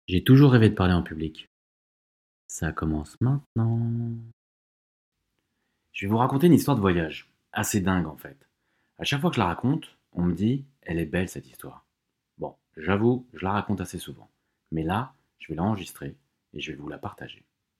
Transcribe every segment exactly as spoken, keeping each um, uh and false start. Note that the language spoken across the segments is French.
J'ai toujours rêvé de parler en public. Ça commence maintenant. Je vais vous raconter une histoire de voyage. Assez dingue en fait. À chaque fois que je la raconte, on me dit elle est belle cette histoire. Bon, j'avoue, je la raconte assez souvent. Mais là, je vais l'enregistrer et je vais vous la partager.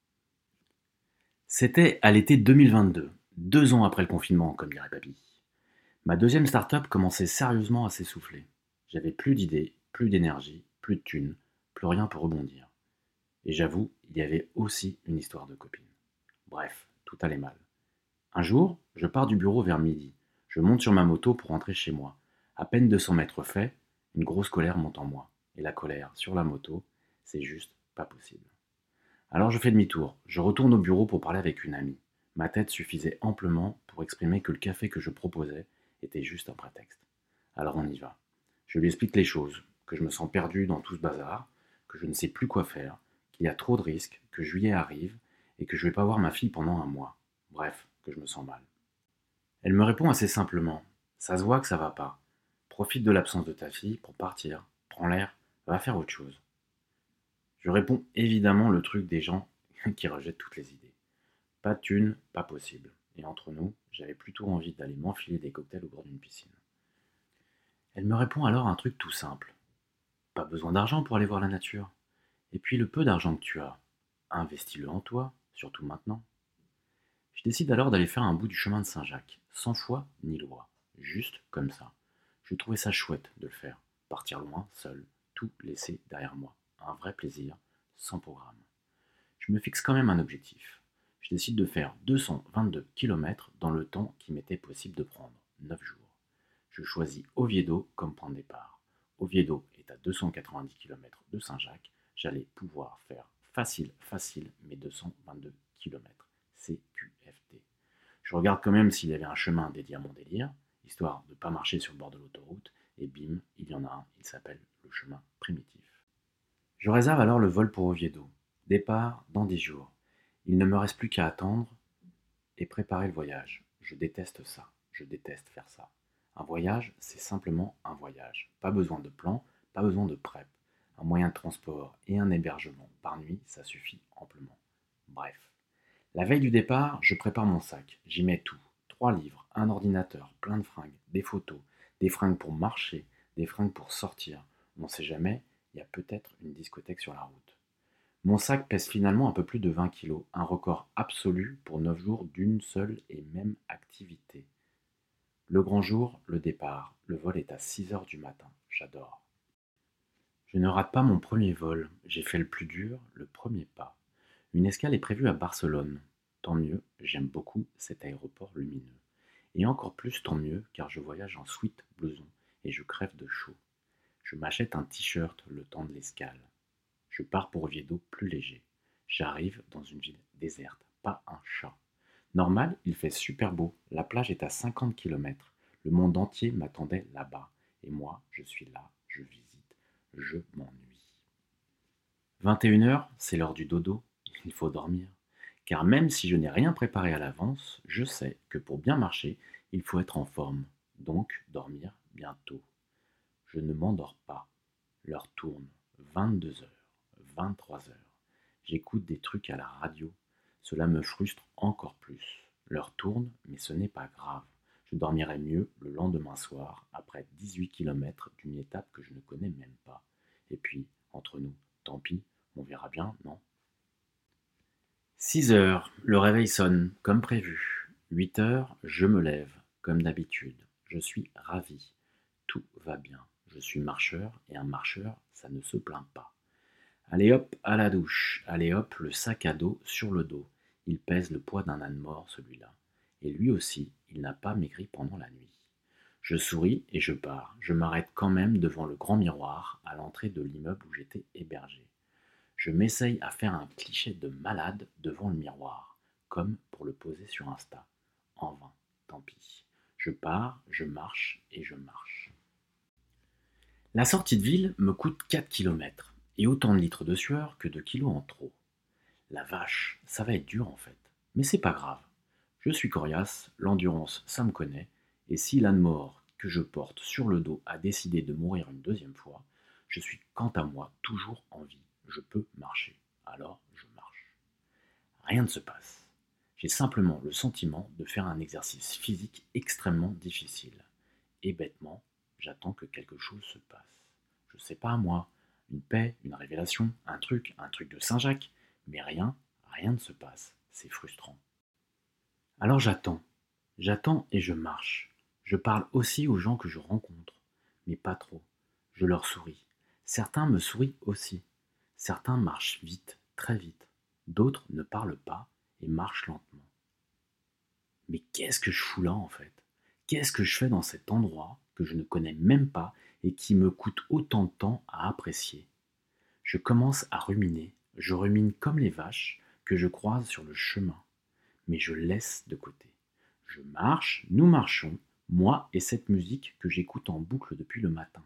C'était à l'été deux mille vingt-deux, deux ans après le confinement, comme dirait Papy. Ma deuxième start-up commençait sérieusement à s'essouffler. J'avais plus d'idées, plus d'énergie, plus de thunes, plus rien pour rebondir. Et j'avoue, il y avait aussi une histoire de copine. Bref, tout allait mal. Un jour, je pars du bureau vers midi. Je monte sur ma moto pour rentrer chez moi. À peine deux cents mètres faits, une grosse colère monte en moi. Et la colère, sur la moto, c'est juste pas possible. Alors je fais demi-tour. Je retourne au bureau pour parler avec une amie. Ma tête suffisait amplement pour exprimer que le café que je proposais était juste un prétexte. Alors on y va. Je lui explique les choses, que je me sens perdu dans tout ce bazar, que je ne sais plus quoi faire, qu'il y a trop de risques, que juillet arrive et que je vais pas voir ma fille pendant un mois. Bref, que je me sens mal. Elle me répond assez simplement. Ça se voit que ça va pas. Profite de l'absence de ta fille pour partir, prends l'air, va faire autre chose. Je réponds évidemment le truc des gens qui rejettent toutes les idées. Pas de thune, pas possible. Et entre nous, j'avais plutôt envie d'aller m'enfiler des cocktails au bord d'une piscine. Elle me répond alors un truc tout simple. Pas besoin d'argent pour aller voir la nature. Et puis le peu d'argent que tu as, investis-le en toi, surtout maintenant. Je décide alors d'aller faire un bout du chemin de Saint-Jacques, sans foi ni loi, juste comme ça. Je trouvais ça chouette de le faire, partir loin, seul, tout laisser derrière moi. Un vrai plaisir, sans programme. Je me fixe quand même un objectif. Je décide de faire deux cent vingt-deux kilomètres dans le temps qui m'était possible de prendre, neuf jours. Je choisis Oviedo comme point de départ. Oviedo est à deux cent quatre-vingt-dix kilomètres de Saint-Jacques. J'allais pouvoir faire facile, facile mes deux cent vingt-deux kilomètres. C Q F T. Je regarde quand même s'il y avait un chemin dédié à mon délire, histoire de ne pas marcher sur le bord de l'autoroute, et bim, il y en a un, il s'appelle le chemin primitif. Je réserve alors le vol pour Oviedo. Départ dans dix jours. Il ne me reste plus qu'à attendre et préparer le voyage. Je déteste ça. Je déteste faire ça. Un voyage, c'est simplement un voyage. Pas besoin de plan, pas besoin de prep. Un moyen de transport et un hébergement par nuit, ça suffit amplement. Bref. La veille du départ, je prépare mon sac. J'y mets tout. Trois livres, un ordinateur, plein de fringues, des photos, des fringues pour marcher, des fringues pour sortir. On ne sait jamais, il y a peut-être une discothèque sur la route. Mon sac pèse finalement un peu plus de vingt kilos, un record absolu pour neuf jours d'une seule et même activité. Le grand jour, le départ. Le vol est à six heures du matin. J'adore. Je ne rate pas mon premier vol. J'ai fait le plus dur, le premier pas. Une escale est prévue à Barcelone. Tant mieux, j'aime beaucoup cet aéroport lumineux. Et encore plus tant mieux car je voyage en sweat blouson et je crève de chaud. Je m'achète un t-shirt le temps de l'escale. Je pars pour Oviedo plus léger. J'arrive dans une ville déserte, pas un chat. Normal, il fait super beau, la plage est à cinquante kilomètres. Le monde entier m'attendait là-bas. Et moi, je suis là, je visite, je m'ennuie. vingt et une heures, c'est l'heure du dodo, il faut dormir. Car même si je n'ai rien préparé à l'avance, je sais que pour bien marcher, il faut être en forme. Donc dormir bientôt. Je ne m'endors pas. L'heure tourne. vingt-deux heures. vingt-trois heures. J'écoute des trucs à la radio. Cela me frustre encore plus. L'heure tourne, mais ce n'est pas grave. Je dormirai mieux le lendemain soir, après dix-huit kilomètres d'une étape que je ne connais même pas. Et puis, entre nous, tant pis, on verra bien, non? six heures, le réveil sonne, comme prévu. huit heures, je me lève, comme d'habitude. Je suis ravi. Tout va bien. Je suis marcheur, et un marcheur, ça ne se plaint pas. Allez hop, à la douche. Allez hop, le sac à dos sur le dos. Il pèse le poids d'un âne mort, celui-là. Et lui aussi, il n'a pas maigri pendant la nuit. Je souris et je pars. Je m'arrête quand même devant le grand miroir, à l'entrée de l'immeuble où j'étais hébergé. Je m'essaye à faire un cliché de malade devant le miroir, comme pour le poser sur Insta. En vain, tant pis. Je pars, je marche et je marche. La sortie de ville me coûte quatre kilomètres, et autant de litres de sueur que de kilos en trop. La vache, ça va être dur en fait. Mais c'est pas grave. Je suis coriace, l'endurance, ça me connaît, et si l'âne mort que je porte sur le dos a décidé de mourir une deuxième fois, je suis quant à moi toujours en vie. je peux marcher. Alors je marche. Rien ne se passe. J'ai simplement le sentiment de faire un exercice physique extrêmement difficile. Et bêtement, j'attends que quelque chose se passe. Je sais pas moi, une paix, une révélation, un truc, un truc de Saint-Jacques, mais rien, rien ne se passe. C'est frustrant. Alors j'attends, j'attends et je marche. Je parle aussi aux gens que je rencontre, mais pas trop. Je leur souris. Certains me sourient aussi. Certains marchent vite, très vite. D'autres ne parlent pas et marchent lentement. Mais qu'est-ce que je fous là en fait? Qu'est-ce que je fais dans cet endroit que je ne connais même pas et qui me coûte autant de temps à apprécier? Je commence à ruminer. Je rumine comme les vaches que je croise sur le chemin, mais je laisse de côté. Je marche, nous marchons, moi et cette musique que j'écoute en boucle depuis le matin.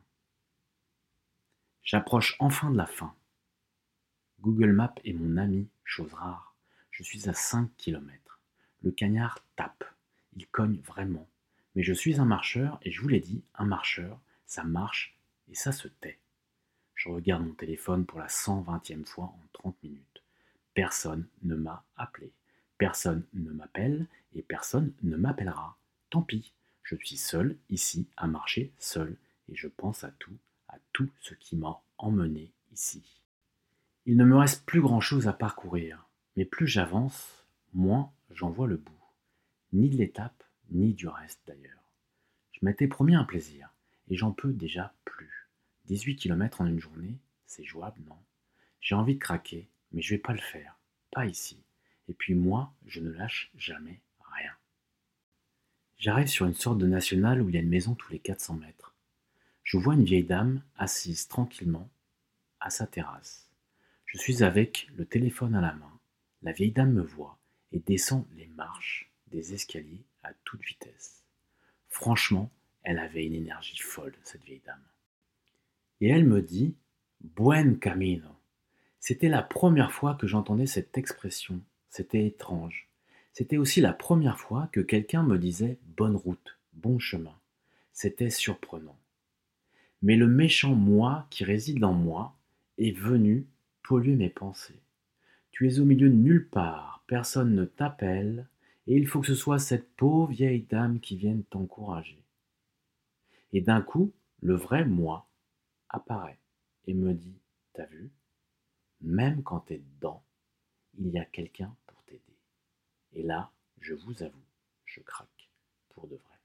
J'approche enfin de la fin. Google Maps est mon ami, chose rare. Je suis à cinq kilomètres. Le cagnard tape. Il cogne vraiment. Mais je suis un marcheur et je vous l'ai dit, un marcheur, ça marche et ça se tait. Je regarde mon téléphone pour la cent vingtième fois en trente minutes. Personne ne m'a appelé. Personne ne m'appelle et personne ne m'appellera. Tant pis, je suis seul ici à marcher seul et je pense à tout, à tout ce qui m'a emmené ici. Il ne me reste plus grand-chose à parcourir, mais plus j'avance, moins j'en vois le bout. Ni de l'étape, ni du reste d'ailleurs. Je m'étais promis un plaisir, et j'en peux déjà plus. dix-huit kilomètres en une journée, c'est jouable, non? J'ai envie de craquer, mais je vais pas le faire. Pas ici. Et puis moi, je ne lâche jamais rien. J'arrive sur une sorte de nationale où il y a une maison tous les quatre cents mètres. Je vois une vieille dame assise tranquillement à sa terrasse. Je suis avec le téléphone à la main. La vieille dame me voit et descend les marches des escaliers à toute vitesse. Franchement, elle avait une énergie folle, cette vieille dame. Et elle me dit « Buen camino ». C'était la première fois que j'entendais cette expression. C'était étrange. C'était aussi la première fois que quelqu'un me disait « bonne route, bon chemin ». C'était surprenant. Mais le méchant moi qui réside en moi est venu polluer mes pensées. Tu es au milieu de nulle part, personne ne t'appelle, et il faut que ce soit cette pauvre vieille dame qui vienne t'encourager. Et d'un coup, le vrai moi apparaît et me dit « T'as vu ? Même quand t'es dedans, il y a quelqu'un pour t'aider. » Et là, je vous avoue, je craque pour de vrai.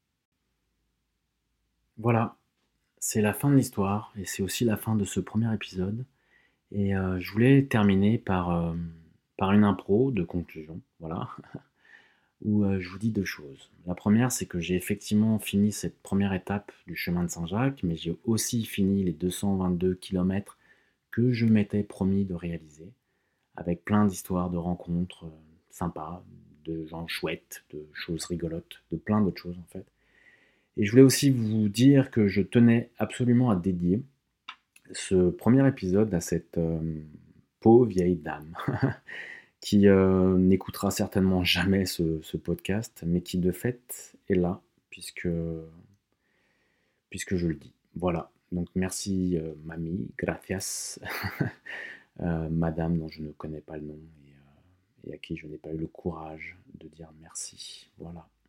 Voilà, c'est la fin de l'histoire et c'est aussi la fin de ce premier épisode. Et euh, je voulais terminer par, euh, par une impro de conclusion, voilà, où euh, je vous dis deux choses. La première, c'est que j'ai effectivement fini cette première étape du chemin de Saint-Jacques, mais j'ai aussi fini les deux cent vingt-deux kilomètres que je m'étais promis de réaliser, avec plein d'histoires, de rencontres euh, sympas, de gens chouettes, de choses rigolotes, de plein d'autres choses en fait. Et je voulais aussi vous dire que je tenais absolument à dédier ce premier épisode à cette euh, pauvre vieille dame qui euh, n'écoutera certainement jamais ce, ce podcast, mais qui de fait est là, puisque, puisque je le dis. Voilà, donc merci euh, mamie, gracias, euh, madame dont je ne connais pas le nom et, euh, et à qui je n'ai pas eu le courage de dire merci. Voilà.